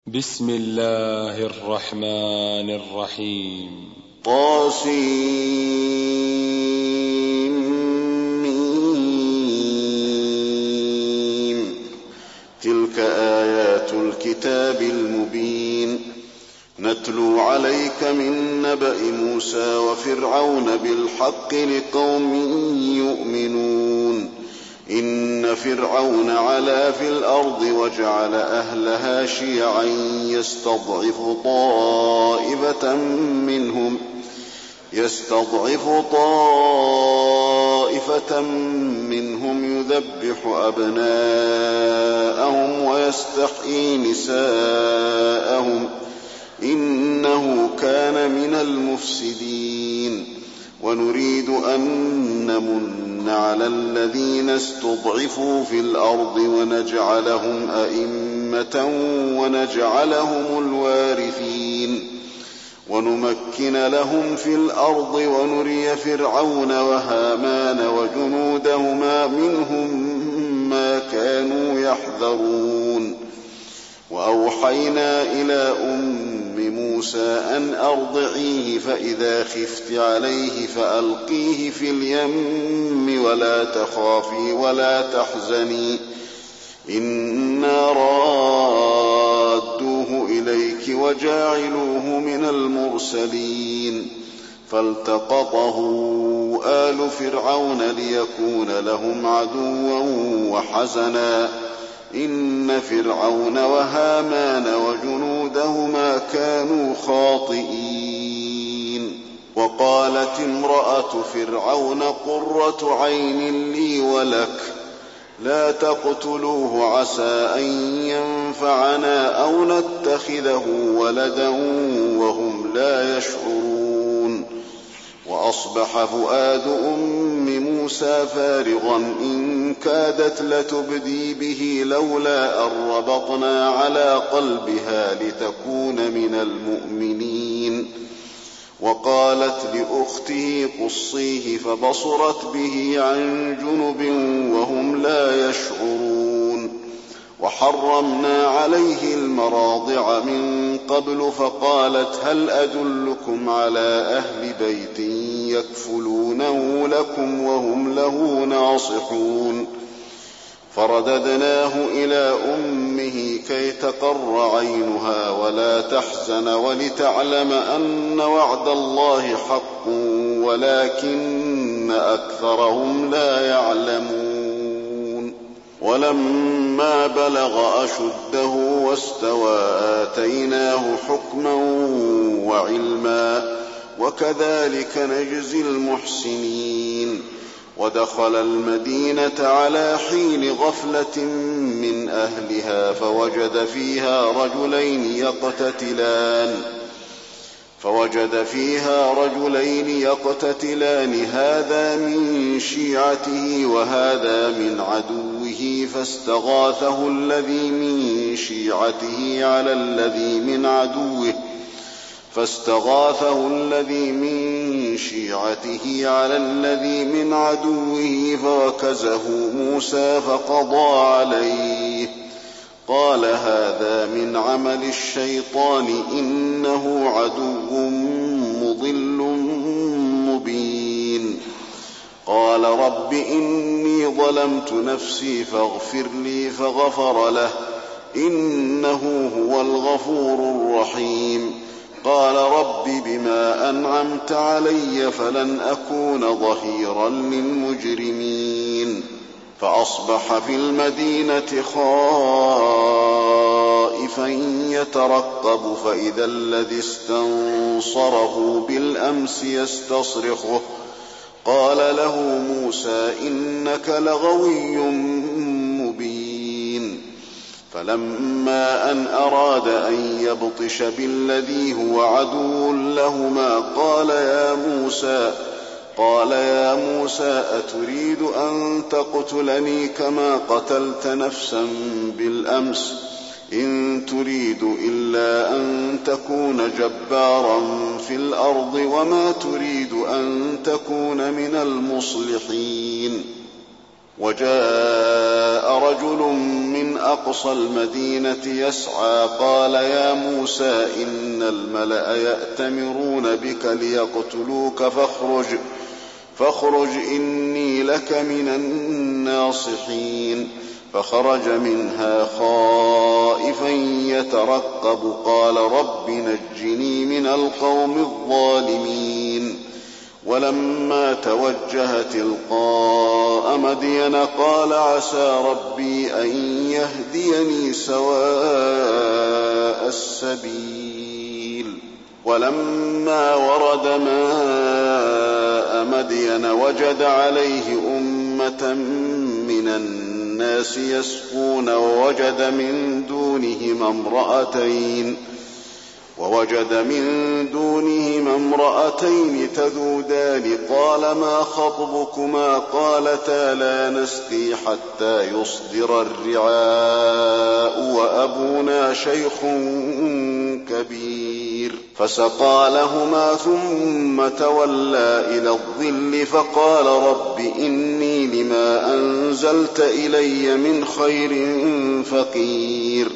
بسم الله الرحمن الرحيم. طاسيم. تلك آيات الكتاب المبين. نتلو عليك من نبأ موسى وفرعون بالحق لقوم يؤمنون. إن فرعون علا في الأرض وجعل أهلها شيعا يستضعف طائفة منهم يذبح أبناءهم ويستحيي نساءهم إنه كان من المفسدين. ونريد أن نمن على الذين استضعفوا في الأرض ونجعلهم أئمة ونجعلهم الوارثين ونمكن لهم في الأرض ونري فرعون وهامان وجنودهما منهم ما كانوا يحذرون. وأوحينا إلى أم موسى أن أرضعيه فإذا خفت عليه فألقيه في اليم ولا تخافي ولا تحزني إنا رادوه إليك وجاعلوه من المرسلين. فالتقطه آل فرعون ليكون لهم عدوا وحزنا إن فرعون وهامان وجنودهما كانوا خاطئين. وقالت امرأة فرعون قرة عين لي ولك لا تقتلوه عسى أن ينفعنا أو نتخذه ولدا وهم لا يشعرون. وأصبح فؤاد أم موسى فارغا إن كادت لتبدي به لولا أن ربطنا على قلبها لتكون من المؤمنين. وقالت لأخته قصيه فبصرت به عن جنب وهم لا يشعرون. وحرمنا عليه المراضع من قبل فقالت هل أدلكم على أهل بيت يكفلونه لكم وهم له ناصحون. فرددناه إلى أمه كي تقر عينها ولا تحزن ولتعلم أن وعد الله حق ولكن أكثرهم لا يعلمون. ولما بلغ أشده واستوى آتيناه حكما وعلما وكذلك نجزي المحسنين. ودخل المدينة على حين غفلة من أهلها فوجد فيها رجلين يقتتلان هذا من شيعته وهذا من عدوه فاستغاثه الذي من شيعته على الذي من عدوه فوكزه موسى فقضى عليه. قال هذا من عمل الشيطان إنه عدو مضل مبين. قال رب إني ظلمت نفسي فاغفر لي فغفر له إنه هو الغفور الرحيم. قال رب بما أنعمت علي فلن أكون ظهيرا للمجرمين. فأصبح في المدينة خائفا يترقب فإذا الذي استنصره بالأمس يستصرخه قال له موسى إنك لغوي مبين. فلما أن أراد أن يبطش بالذي هو عدو لهما قال يا موسى أتريد أن تقتلني كما قتلت نفسا بالأمس إن تريد إلا أن تكون جبارا في الأرض وما تريد أن تكون من المصلحين. وجاء رجل من أقصى المدينة يسعى قال يا موسى إن الملأ يأتمرون بك ليقتلوك فاخرج إني لك من الناصحين. فخرج منها خائفا يترقب قال رب نجني من القوم الظالمين. ولما توجه تلقاء مدين قال عسى ربي أن يهديني سواء السبيل. ولما ورد ماء مدين وجد عليه أمة من الناس يسقون ووجد من دونهما امرأتين تذودان قال ما خطبكما قالتا لا نسقي حتى يصدر الرعاء وأبونا شيخ كبير. فسقى لهما ثم تولى إلى الظل فقال رب إني لما أنزلت إلي من خير فقير.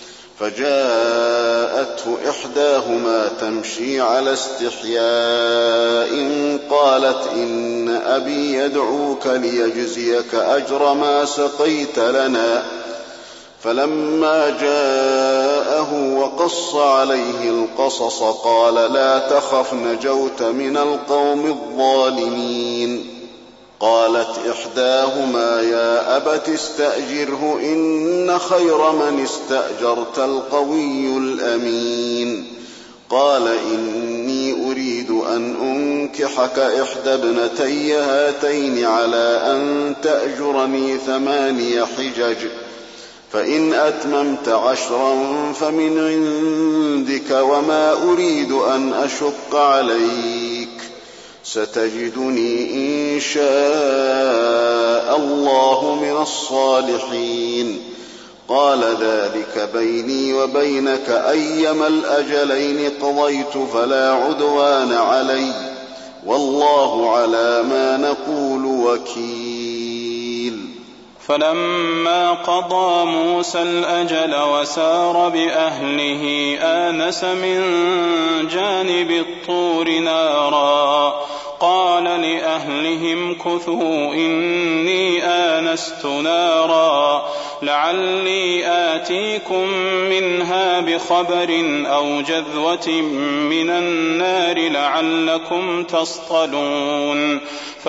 فجاءته إحداهما تمشي على استحياء قالت إن أبي يدعوك ليجزيك أجر ما سقيت لنا. فلما جاءه وقص عليه القصص قال لا تخف نجوت من القوم الظالمين. قالت إحداهما يا أبت استأجره إن خير من استأجرت القوي الأمين. قال إني أريد أن أنكحك إحدى ابنتي هاتين على أن تأجرني 8 حجج فإن أتممت 10 فمن عندك وما أريد أن أشق عليك ستجدني إن شاء الله من الصالحين. قال ذلك بيني وبينك أيما الأجلين قضيت فلا عدوان علي والله على ما نقول وكيل. فلما قضى موسى الأجل وسار بأهله آنس من جانب الطور نارا قال لأهلهم كثوا إني آنست نارا لعلي آتيكم منها بخبر أو جذوة من النار لعلكم تصطلون.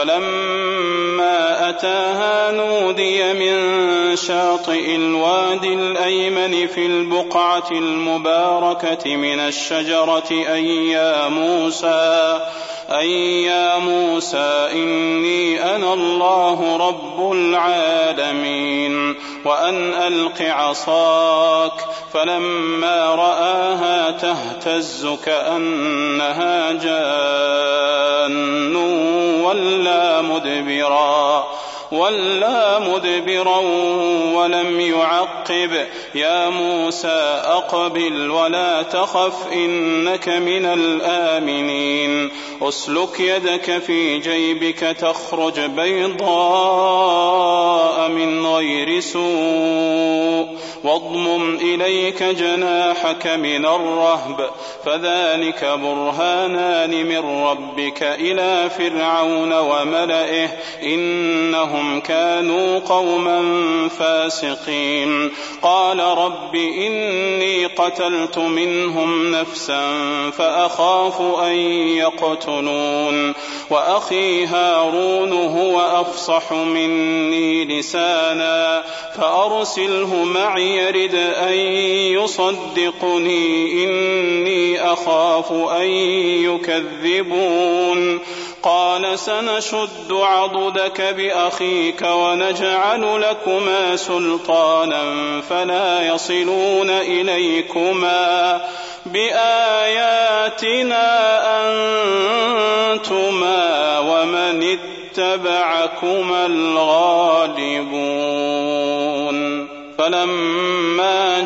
فلما أتاها نودي من شاطئ الوادي الأيمن في البقعة المباركة من الشجرة أي يا موسى إني أنا الله رب العالمين وأن ألق عصاك. فلما رآها تهتز كأنها جان ولا مدبرا ولم يعقب. يا موسى أقبل ولا تخف إنك من الآمنين. أسلك يدك في جيبك تخرج بيضاء من غير سوء واضمم إليك جناحك من الرهب فذلك برهانان من ربك إلى فرعون وملئه إنهم كانوا قوما فاسقين. قال رب إني قتلت منهم نفسا فأخاف أن يقتلون وأخي هارون هو أفصح مني لسانا فأرسله معي يرد أن يصدقني إني أخاف أن يكذبون. قال سنشد عضدك بأخيك ونجعل لكما سلطانا فلا يصلون إليكما بآياتنا أنتما ومن اتبعكما الغالبون. فلما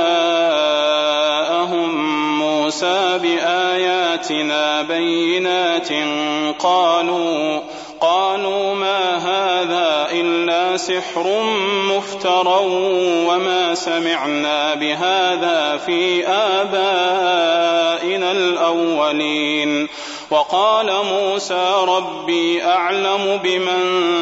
جاءهم موسى بآياتنا بينات قالوا ما هذا إلا سحر مفترى وما سمعنا بهذا في آبائنا الأولين. وقال موسى ربي أعلم بمن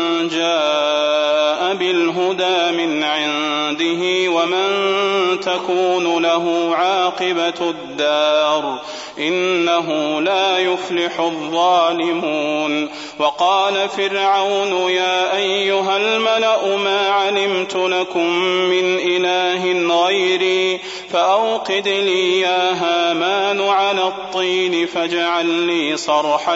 جاء بالهدى من عنده ومن تكون له عاقبة الدار إنه لا يفلح الظالمون. وقال فرعون يا أيها الملأ ما علمت لكم من إله غيري فأوقد لي يا هامان على الطين فاجعل لي صرحا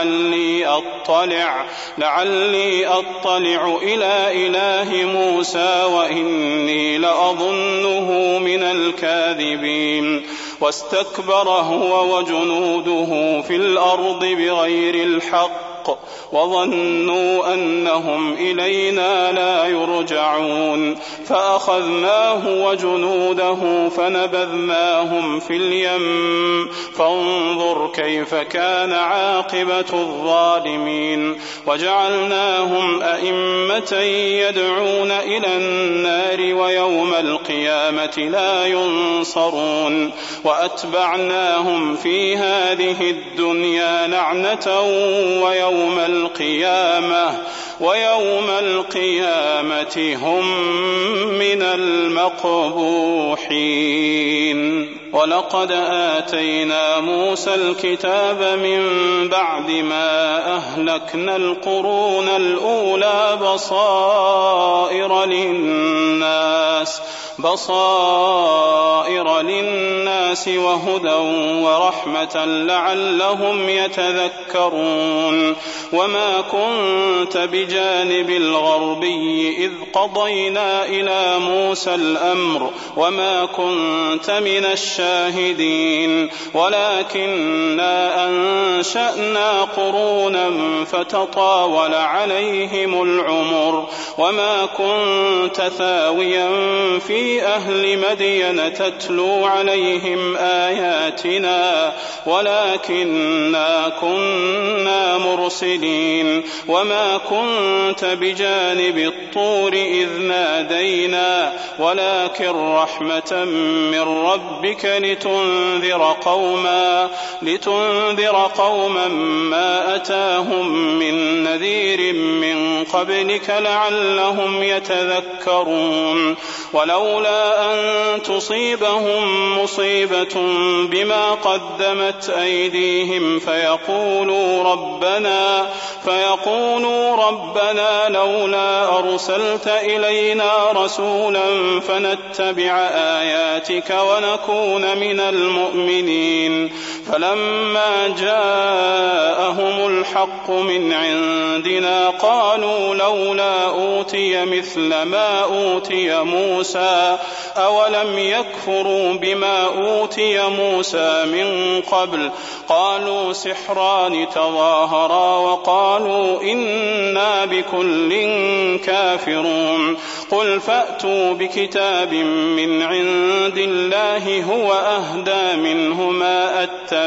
لعلي أطلع إلى إله موسى وإني لأظنه من الكاذبين. واستكبر هو وجنوده في الأرض بغير الحق وظنوا أنهم إلينا لا يرجعون فأخذناه وجنوده فنبذناهم في اليم فانظر كيف كان عاقبة الظالمين. وجعلناهم أئمة يدعون إلى النار ويوم القيامة لا ينصرون. وأتبعناهم في هذه الدنيا لعنة ويوم القيامة هم من المقبوحين. ولقد آتينا موسى الكتاب من بعد ما أهلكنا القرون الأولى بصائر للناس وهدى ورحمة لعلهم يتذكرون. وما كنت بجانب الغربي إذ قضينا إلى موسى الأمر وما كنت من الشاهدين ولكننا أنشأنا قرونا فتطاول عليهم العمر. وما كنت ثاويا في أهل مدين تتلو عليهم آياتنا ولكننا كنا مرسلين. وما كنت بجانب الطور إذ نادينا ولكن رحمة من ربك لتنذر قوما ما أتاهم من نذير من قبلك لعلهم يتذكرون. ولولا أن تصيبهم مصيبة بما قدمت أيديهم فيقولوا ربنا لولا أرسلت إلينا رسولا فنتبع آياتك ونكون من المؤمنين. فلما جاءهم الحق من عندنا قالوا لولا أوتي مثل ما أوتي موسى أولم يكفروا بما أوتي موسى من قبل. قالوا سحران تظاهرا وقالوا إنا بكل كافرون. قل فأتوا بكتاب من عند الله هو أهدى منهما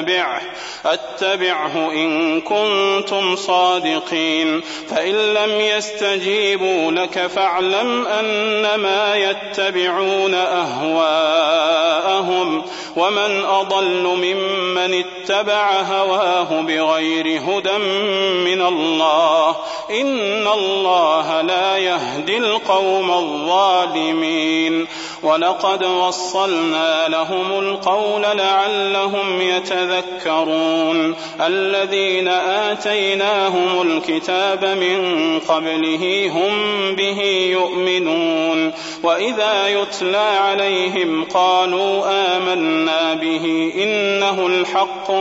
أتبعه إن كنتم صادقين. فإن لم يستجيبوا لك فاعلم أنما يتبعون أهواءهم ومن أضل ممن اتبع هواه بغير هدى من الله إن الله لا يهدي القوم الظالمين. ولقد وصلنا لهم القول لعلهم يتذكرون. الذين آتيناهم الكتاب من قبله هم به يؤمنون. وإذا يتلى عليهم قالوا آمنا به إنه الحق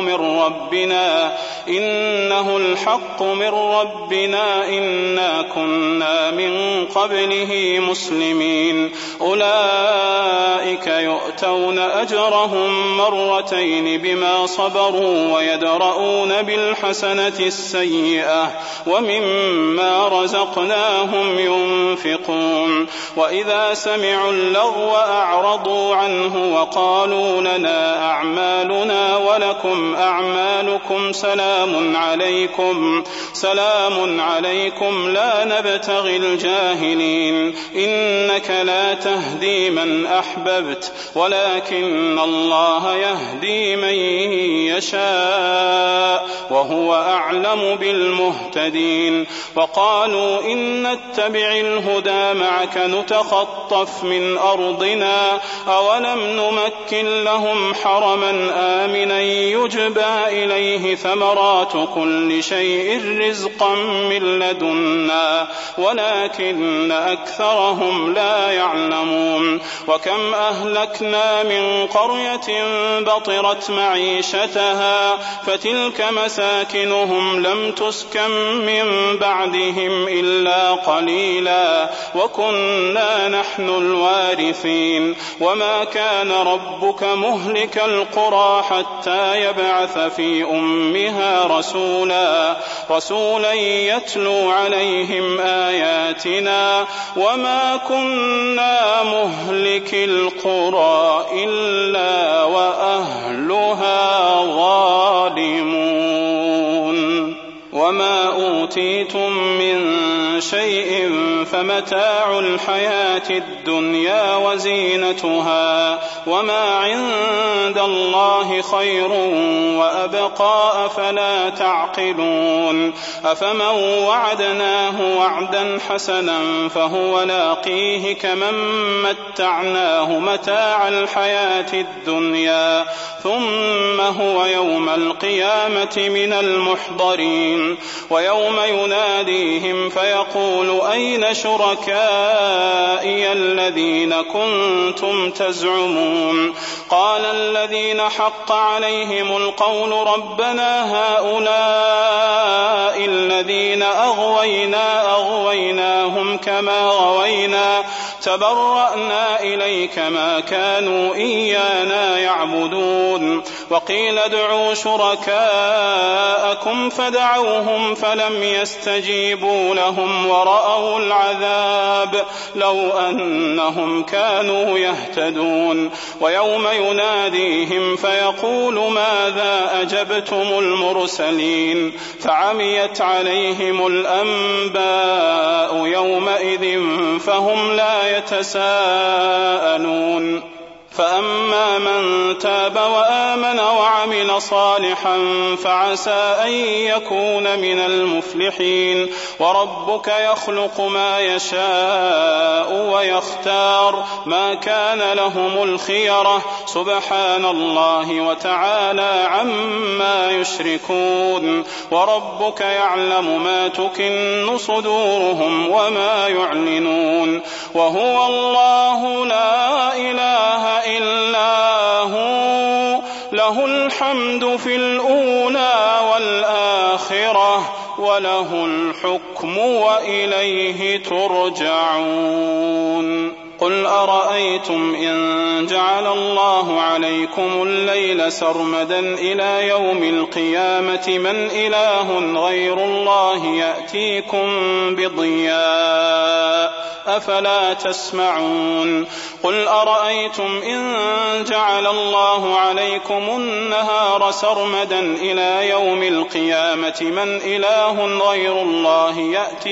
من ربنا إنا كنا من قبله مسلمين. أولئك يؤتون أجرهم مرتين بما صبروا ويدرؤون بالحسنة السيئة ومما رزقناهم ينفقون. وإذا سمعوا اللغو اللغو أعرضوا عنه وقالوا لنا أعمالنا ولكم أعمالكم سلام عليكم لا نبتغي الجاهلين إنك لا تهدي من أحببت ولكن الله يهدي من يشاء وهو أعلم بالمهتدين وقالوا إن نتبع الهدى معك نتخطف من أرضنا أولم نمكن لهم حرما آمنا يجبى إليه ثمرات كل شيء رزقا من لدنا ولكن أكثرهم لا يعلمون وكم أهلكنا من قرية بطرت معيشتها فتلك مساكنهم لم تسكن من بعدهم إلا قليلا وكنا نحن الوارثين وما كان ربك مهلك القرى حتى يبعث في أمها رسولا يتلو عليهم آياتنا وما كنا مهلك القرى إلا وأهلها ظالمون وما أوتيتم من شيء فمتاع الحياة الدنيا وزينتها وما عند الله خير وأبقى أفلا تعقلون أفمن وعدناه وعدا حسنا فهو لاقيه كمن متعناه متاع الحياة الدنيا ثم هو يوم القيامة من المحضرين ويوم يناديهم فيقول أين شركائي الذين كنتم تزعمون قال الذين حق عليهم القول ربنا هؤلاء الذين أغويناهم كما غوينا تبرأنا إليك ما كانوا إيانا يعبدون وقيل ادعوا شركاءكم فدعوهم فلم يستجيبوا لهم ورأوا العذاب لو أنهم كانوا يهتدون ويوم يناديهم فيقول ماذا أجبتم المرسلين فعميت عليهم الأنباء يومئذ فهم لا يتساءلون فأما من تاب وآمن وعمل صالحا فعسى أن يكون من المفلحين وربك يخلق ما يشاء ويختار ما كان لهم الخيرة سبحان الله وتعالى عما يشركون وربك يعلم ما تكن صدورهم وما يعلنون وهو الله لا إله إلا هو له الحمد في الأولى والآخرة وله الحكم وإليه ترجعون قل أرأيتم إن جعل الله عليكم الليل سرمدا إلى يوم القيامة من إله غير الله يأتيكم بضياء أفلا تسمعون قل أرأيتم إن جعل الله عليكم النهار سرمدا إلى يوم القيامة من إله غير الله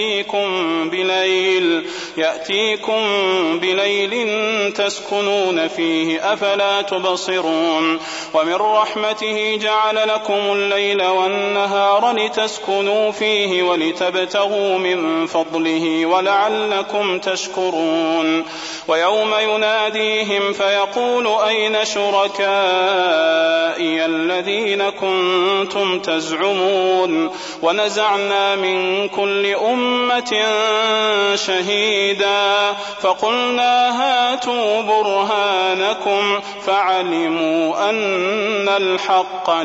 يأتيكم بليل تسكنون فيه أفلا تبصرون ومن رحمته جعل لكم الليل والنهار لتسكنوا فيه ولتبتغوا من فضله ولعلكم تشكرون ويوم يناديهم فيقول أين شركائي الذين كنتم تزعمون ونزعنا من كل أمة شهيدا فقلنا هاتوا برهانكم فعلموا أن الحق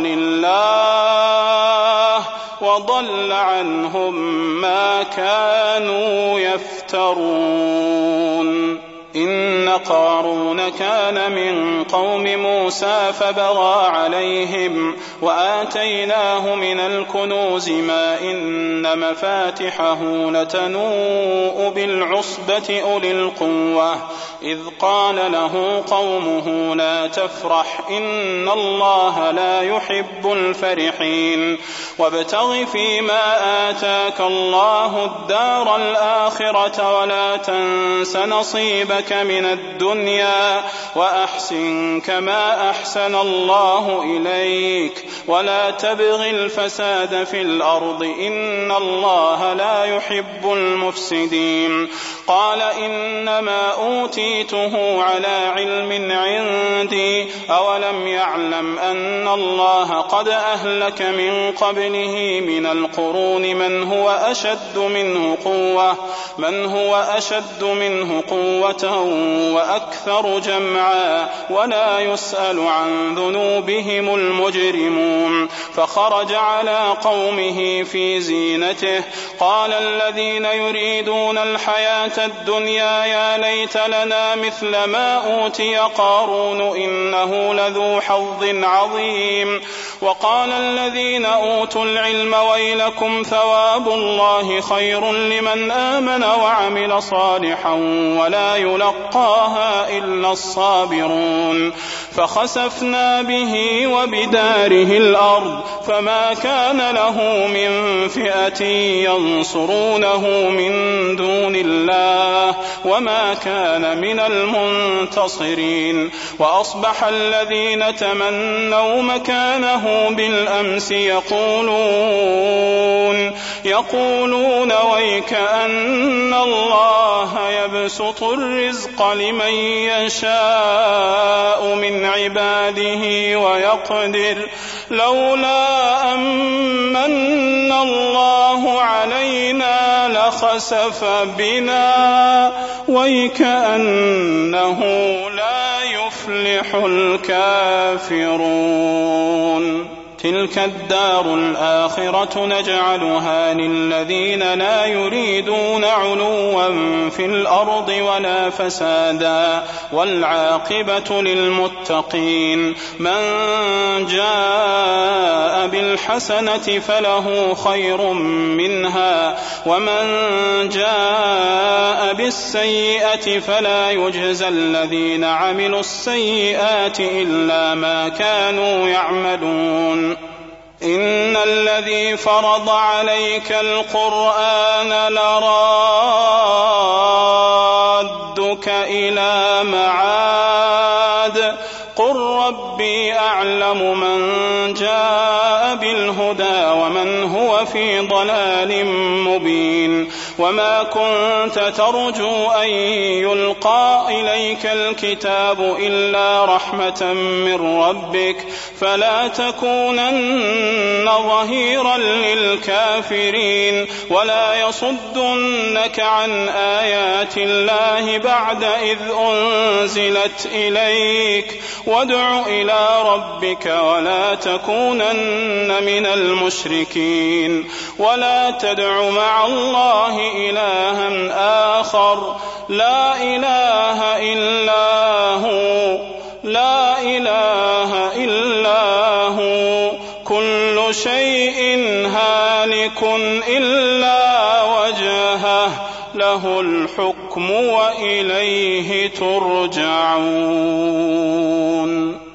لله وضل عنهم ما كانوا يفترون إن قارون كان من قوم موسى فبغى عليهم وآتيناه من الكنوز ما إن مفاتحه لتنوء بالعصبة أولي القوة إذ قال له قومه لا تفرح إن الله لا يحب الفرحين وابتغ فيما آتاك الله الدار الآخرة ولا تنس نصيبك من الدنيا وأحسن كما أحسن الله إليك ولا تبغ الفساد في الأرض إن الله لا يحب المفسدين قال إنما أوتيته على علم عندي أولم يعلم أن الله قد أهلك من قبله من القرون من هو أشد منه قوة وأكثر جمعا ولا يسأل عن ذنوبهم المجرمون فخرج على قومه في زينته قال الذين يريدون الحياة الدنيا يا ليت لنا مثل ما أوتي قارون إنه لذو حظ عظيم وقال الذين أوتوا العلم ويلكم ثواب الله خير لمن آمن وعمل صالحا ولا يلقاها إلا الصابرون فخسفنا به وبداره الأرض فما كان له من فئة ينصرونه من دون الله وما كان من المنتصرين وأصبح الذين تمنوا مكانه بالأمس يقولون ويك أن الله يبسط الرزق لمن يشاء من عباده ويقدر لولا أمن الله علينا لخسف بنا ويكأنه لا يفلح الكافرون تلك الدار الآخرة نجعلها للذين لا يريدون علوا في الأرض ولا فسادا والعاقبة للمتقين من جاء بالحسنة فله خير منها ومن جاء بالسيئة فلا يجزى الذين عملوا السيئات إلا ما كانوا يعملون إن الذي فرض عليك القرآن لرادك إلى معاد قل ربي أعلم من جاء بالهدى ومن هو في ضلال مبين وما كنت ترجو أن يلقى إليك الكتاب إلا رحمة من ربك فلا تكونن ظهيرا للكافرين ولا يصدنك عن آيات الله بعد إذ أنزلت إليك وادع إلى ربك ولا تكونن من المشركين ولا تدع مع الله إلها آخر لا إله إلا هو كل شيء هالك إلا وجهه له الحكم وإليه ترجعون.